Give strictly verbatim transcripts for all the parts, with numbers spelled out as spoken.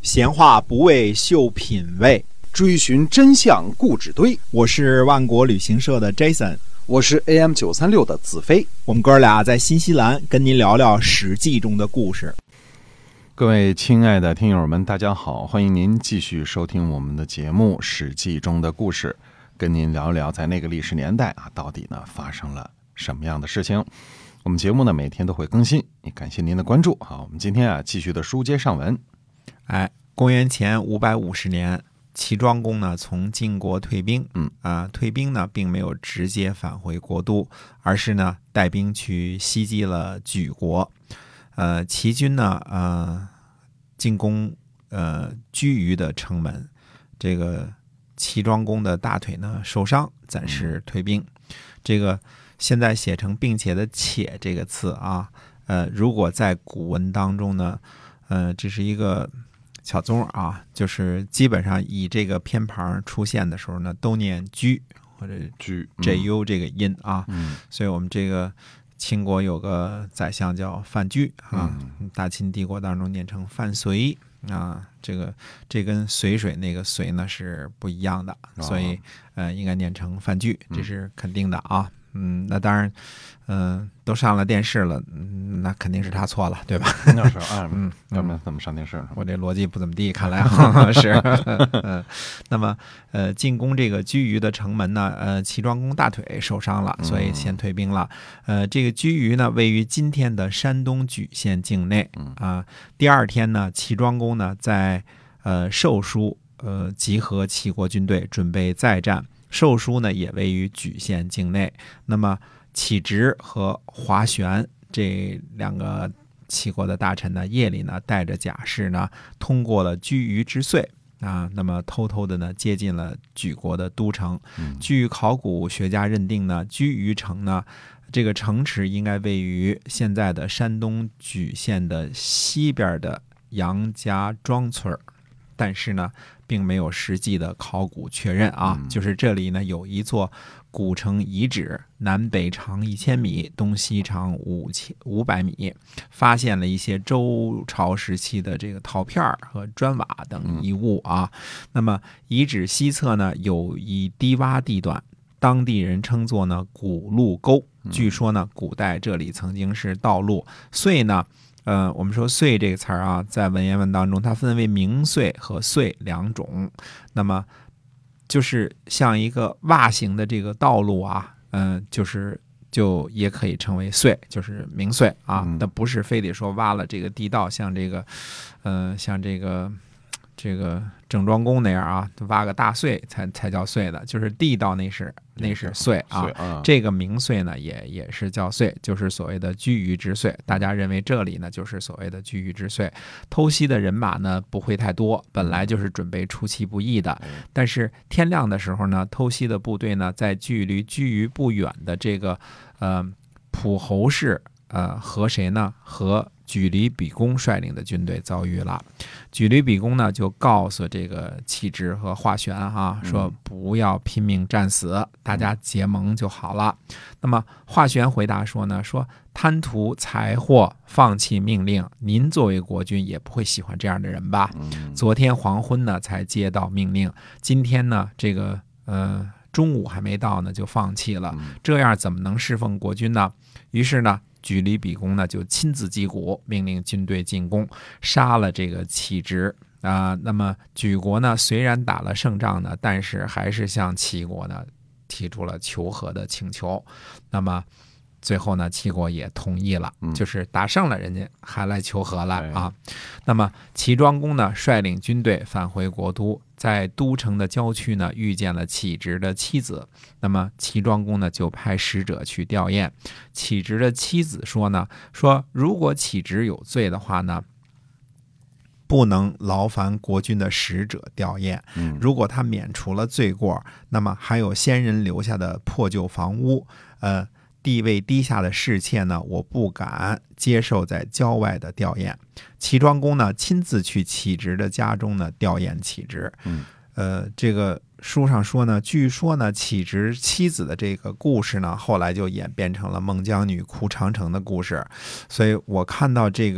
闲话不为秀品味， 追寻真相故纸堆。 我是万国旅行社的 Jason， 我是 A M 九三六 的子飞。 我们哥俩在新西兰跟您聊聊《史记》中的故事。 各位亲爱的听友们，大家好，欢迎您继续收听我们的节目《史记》中的故事，跟您聊聊在那个历史年代啊，到底呢发生了什么样的事情。我们节目呢每天都会更新，也感谢您的关注。好，我们今天啊继续的书接上文。 哎，公元前五百五十年，齐庄公呢从晋国退兵， 嗯啊，退兵呢并没有直接返回国都，而是呢带兵去袭击了莒国。呃，齐军呢，呃，进攻呃居于的城门，这个齐庄公的大腿呢受伤，暂时退兵。这个现在写成并且的且这个词啊，呃，如果在古文当中呢，呃，这是一个巧宗啊，就是基本上以这个偏旁出现的时候呢，都念居或者居 ju 这个音啊， 嗯， 所以我们这个秦国有个宰相叫范雎啊，大秦帝国当中念成范绥啊，这个这跟绥水那个绥呢是不一样的，所以呃应该念成范雎，这是肯定的啊。嗯，那当然，嗯、呃，都上了电视了，嗯，那肯定是他错了，对吧？ 那是啊，嗯，咱们怎么上电视呢？ 我这逻辑不怎么地，看来是。嗯，那么呃，进攻这个居于的城门呢，呃，齐庄公大腿受伤了，所以先退兵了。呃，这个居于呢，位于今天的山东莒县境内啊、呃。第二天呢，齐庄公呢在呃寿书呃集合齐国军队，准备再战。寿书呢也位于莒县境内。那么启直和华玄这两个齐国的大臣呢，夜里呢带着甲士呢，通过了居于之隧啊，那么偷偷的呢接近了莒国的都城。据考古学家认定呢，居于城呢，这个城池应该位于现在的山东莒县的西边的杨家庄村，但是呢并没有实际的考古确认啊，就是这里呢有一座古城遗址，南北长一千米，东西长五千五百米，发现了一些周朝时期的这个陶片和砖瓦等遗物啊。那么遗址西侧呢有一低洼地段，当地人称作呢古路沟，据说呢古代这里曾经是道路。隧呢呃，我们说隧这个词儿啊，在文言文当中，它分为明隧和隧两种。那么，就是像一个洼形的这个道路啊，嗯、呃，就是就也可以称为隧，就是明隧啊。但不是非得说挖了这个地道，像这个，呃，像这个这个郑庄公那样啊，挖个大隧才才叫隧的，就是地道那是那是隧啊。 啊这个明隧呢，也也是叫隧，就是所谓的居于之隧。大家认为这里呢，就是所谓的居于之隧。偷袭的人马呢不会太多，本来就是准备出其不意的。但是天亮的时候呢，偷袭的部队呢，在距离居于不远的这个呃蒲侯氏呃和谁呢？和莒闾比公率领的军队遭遇了。莒闾比公呢就告诉这个启直和华玄哈、啊，说不要拼命战死，大家结盟就好了。那么华玄回答说呢，说贪图财货，放弃命令，您作为国君也不会喜欢这样的人吧？昨天黄昏呢才接到命令，今天呢这个呃中午还没到呢就放弃了，这样怎么能侍奉国君呢？于是呢莒闾比公呢就亲自击鼓，命令军队进攻，杀了这个启直啊、呃。那么莒国呢虽然打了胜仗呢，但是还是向齐国呢提出了求和的请求。那么最后呢，齐国也同意了，就是打胜了，人家还来求和了啊。那么齐庄公呢，率领军队返回国都，在都城的郊区呢，遇见了启直的妻子。那么齐庄公呢，就派使者去吊唁。启直的妻子说呢，说如果启直有罪的话呢，不能劳烦国君的使者吊唁。如果他免除了罪过，那么还有先人留下的破旧房屋，呃。地位低下的侍妾呢，我不敢接受在郊外的吊唁。齐庄公呢，亲自去启直的家中呢吊唁启直。 嗯， 呃，这个书上说呢，据说呢，启直妻子的这个故事呢，后来就演变成了孟姜女哭长城的故事。所以我看到这个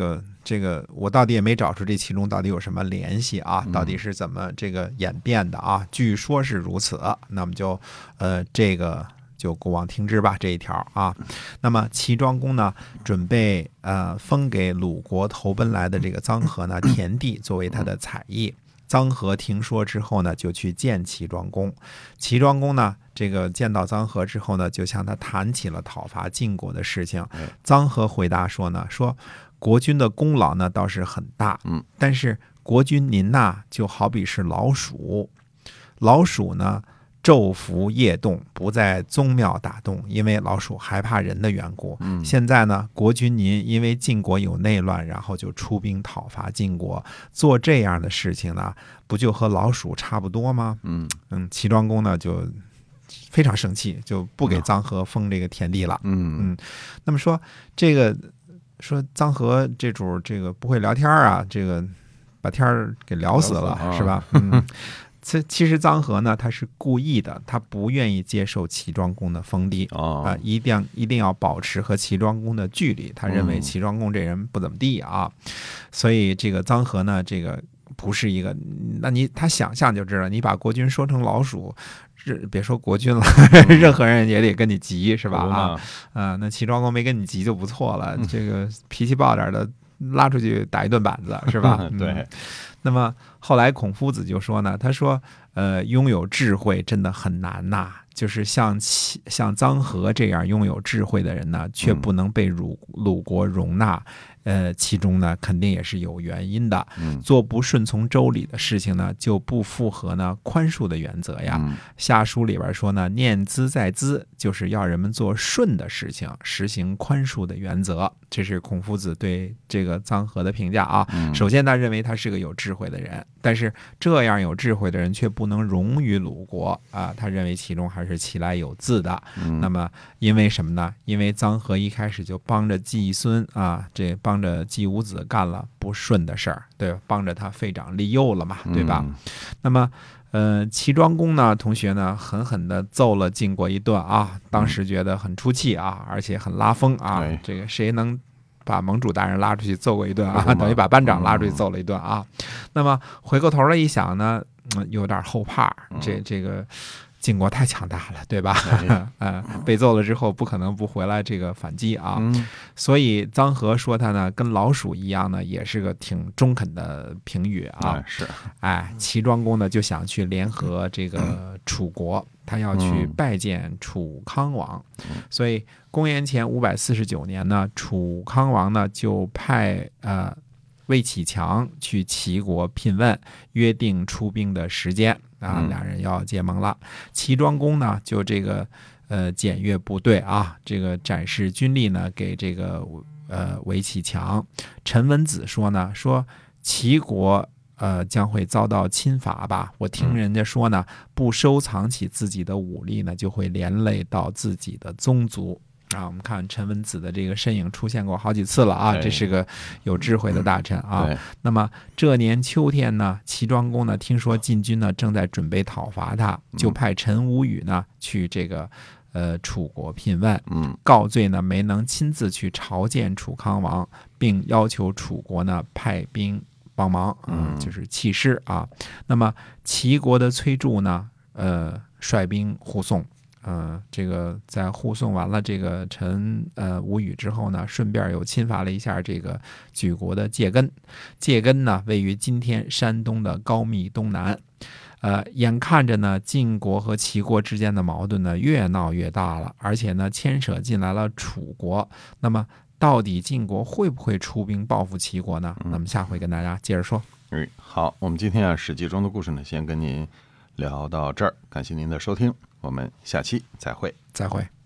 这个我到底也没找出这其中到底有什么联系啊？到底是怎么这个演变的啊？据说是如此，那么就呃这个就古往听之吧这一条啊。那么齐庄公呢，准备呃封给鲁国投奔来的这个臧和呢田地作为他的采邑。臧和听说之后呢，就去见齐庄公。齐庄公呢，这个见到臧和之后呢，就向他谈起了讨伐晋国的事情。臧和回答说呢，说国君的功劳呢倒是很大， 嗯， 但是国君您呐，就好比是老鼠，老鼠呢昼伏夜动，不在宗庙打洞，因为老鼠害怕人的缘故。 嗯， 现在呢，国君您因为晋国有内乱，然后就出兵讨伐晋国，做这样的事情呢，不就和老鼠差不多吗？ 嗯嗯，齐庄公呢就非常生气，就不给臧和封这个田地了。 嗯嗯，那么说这个说臧和这主这个不会聊天啊，这个把天儿给聊死了， 聊死了是吧？嗯。其其实臧和呢，他是故意的，他不愿意接受齐庄公的封地啊、 哦呃，一定一定要保持和齐庄公的距离。他认为齐庄公这人不怎么地啊，嗯、所以这个臧和呢，这个不是一个，那你他想象就知道，你把国君说成老鼠，别说国君了，嗯、任何人也得跟你急，是吧？啊啊、呃，那齐庄公没跟你急就不错了，嗯、这个脾气暴点的。拉出去打一顿板子是吧？ 对、 嗯。那么后来孔夫子就说呢，他说，呃，拥有智慧真的很难呐、啊，就是像像臧和这样拥有智慧的人呢，却不能被鲁鲁国容纳。呃，其中呢肯定也是有原因的。 嗯， 做不顺从周礼的事情呢，就不符合呢宽恕的原则呀。 嗯、 下书里边说呢，念兹在兹，就是要人们做顺的事情，实行宽恕的原则。这是孔夫子对这个臧和的评价啊。 嗯、 首先，他认为他是个有智慧的人，但是这样有智慧的人却不能容于鲁国啊。他认为其中还是其来有自的。 嗯、 那么，因为什么呢？因为臧和一开始就帮着季孙啊，这帮。帮着季武子干了不顺的事儿，对吧？帮着他废长立幼了嘛，对吧？ 嗯、 那么，呃，齐庄公呢，同学呢，狠狠地揍了晋国一顿啊，当时觉得很出气啊，而且很拉风啊。 嗯、 这个谁能把盟主大人拉出去揍过一顿啊？等于把班长拉出去揍了一顿啊。嗯、那么回过头来一想呢，嗯、有点后怕，这这个。晋国太强大了，对吧？呃，被揍了之后，不可能不回来这个反击啊。 嗯、 所以臧和说他呢，跟老鼠一样呢，也是个挺中肯的评语啊。 嗯、是， 哎，齐庄公呢就想去联合这个楚国，他要去拜见楚康王。 嗯、 所以公元前五百四十九年呢，楚康王呢就派呃魏启强去齐国聘问，约定出兵的时间。啊，俩人要结盟了。齐庄公呢，就这个呃检阅部队啊，这个展示军力呢，给这个呃韦启强。陈文子说呢，说齐国呃将会遭到侵伐吧？我听人家说呢，不收藏起自己的武力呢，就会连累到自己的宗族。啊，我们看陈文子的这个身影出现过好几次了啊，这是个有智慧的大臣啊。那么这年秋天呢，齐庄公呢听说晋军呢正在准备讨伐他，就派陈无宇呢去这个呃楚国聘问， 嗯， 告罪呢没能亲自去朝见楚康王，并要求楚国呢派兵帮忙，嗯，就是弃师啊。那么齐国的崔杼呢，呃，率兵护送。呃，这个在护送完了这个陈呃无宇之后呢，顺便又侵伐了一下这个莒国的介根。介根呢，位于今天山东的高密东南。呃，眼看着呢，晋国和齐国之间的矛盾呢越闹越大了，而且呢牵扯进来了楚国。那么，到底晋国会不会出兵报复齐国呢？那么下回跟大家接着说。 嗯，好，我们今天啊《史记》中的故事呢，先跟您聊到这儿，感谢您的收听。我们下期再会， 再会。